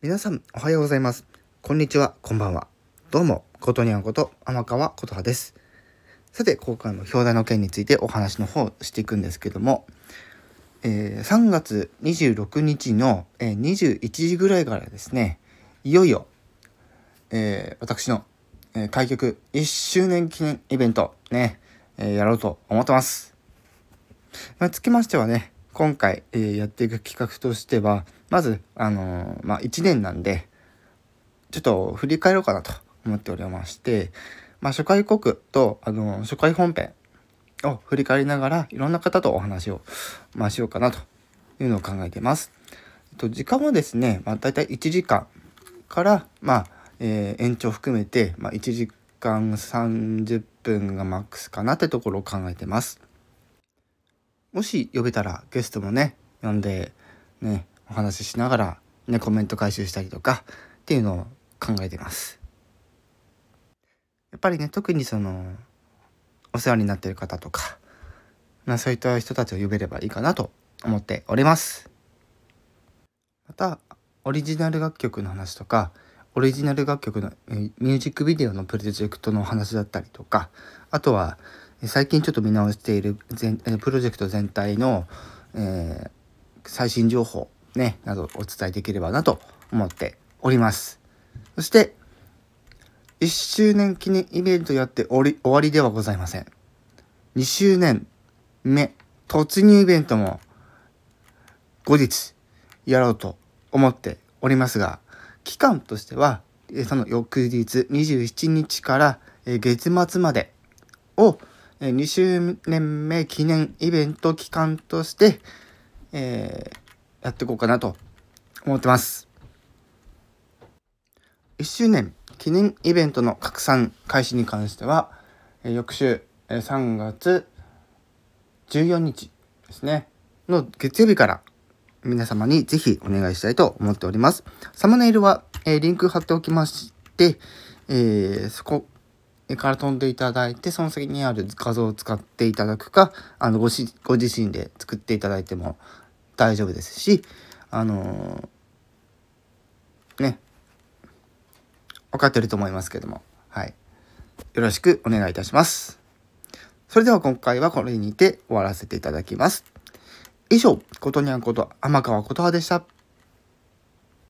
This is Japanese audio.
皆さんおはようございます。こんにちは、こんばんは。どうも、ことにゃんこと天川琴葉です。さて、今回も表題の件についてお話の方していくんですけども、3月26日の、21時ぐらいからですね、いよいよ、私の、開局1周年記念イベントね、やろうと思ってます。つきましてはね、今回、やっていく企画としては、まず、1年なんで、ちょっと振り返ろうかなと思っておりまして、初回告と、初回本編を振り返りながら、いろんな方とお話を、しようかなというのを考えています。時間はですね、だいたい1時間から、延長含めて、1時間30分がマックスかなってところを考えてます。もし呼べたらゲストもね、呼んで、ね、お話ししながら、ね、コメント回収したりとかっていうのを考えてます。やっぱりね、特にお世話になっている方とか、そういった人たちを呼べればいいかなと思っております。また、オリジナル楽曲の話とか、オリジナル楽曲の、ミュージックビデオのプロジェクトの話だったりとか、あとは最近ちょっと見直しているプロジェクト全体の、最新情報、ね、などお伝えできればなと思っております。そして1周年記念イベントやって終わりではございません。2周年目突入イベントも後日やろうと思っておりますが、期間としてはその翌日27日から月末までを2周年目記念イベント期間として、やっていこうかなと思ってます。1周年記念イベントの拡散開始に関しては、翌週3月14日ですねの月曜日から皆様にぜひお願いしたいと思っております。サムネイルは、リンク貼っておきまして、そこから飛んでいただいて、その先にある画像を使っていただくか、ご自身で作っていただいても大丈夫ですし、ね、分かってると思いますけども、はい、よろしくお願いいたします。それでは今回はこれにて終わらせていただきます。以上、ことにゃんこと天川琴葉でした。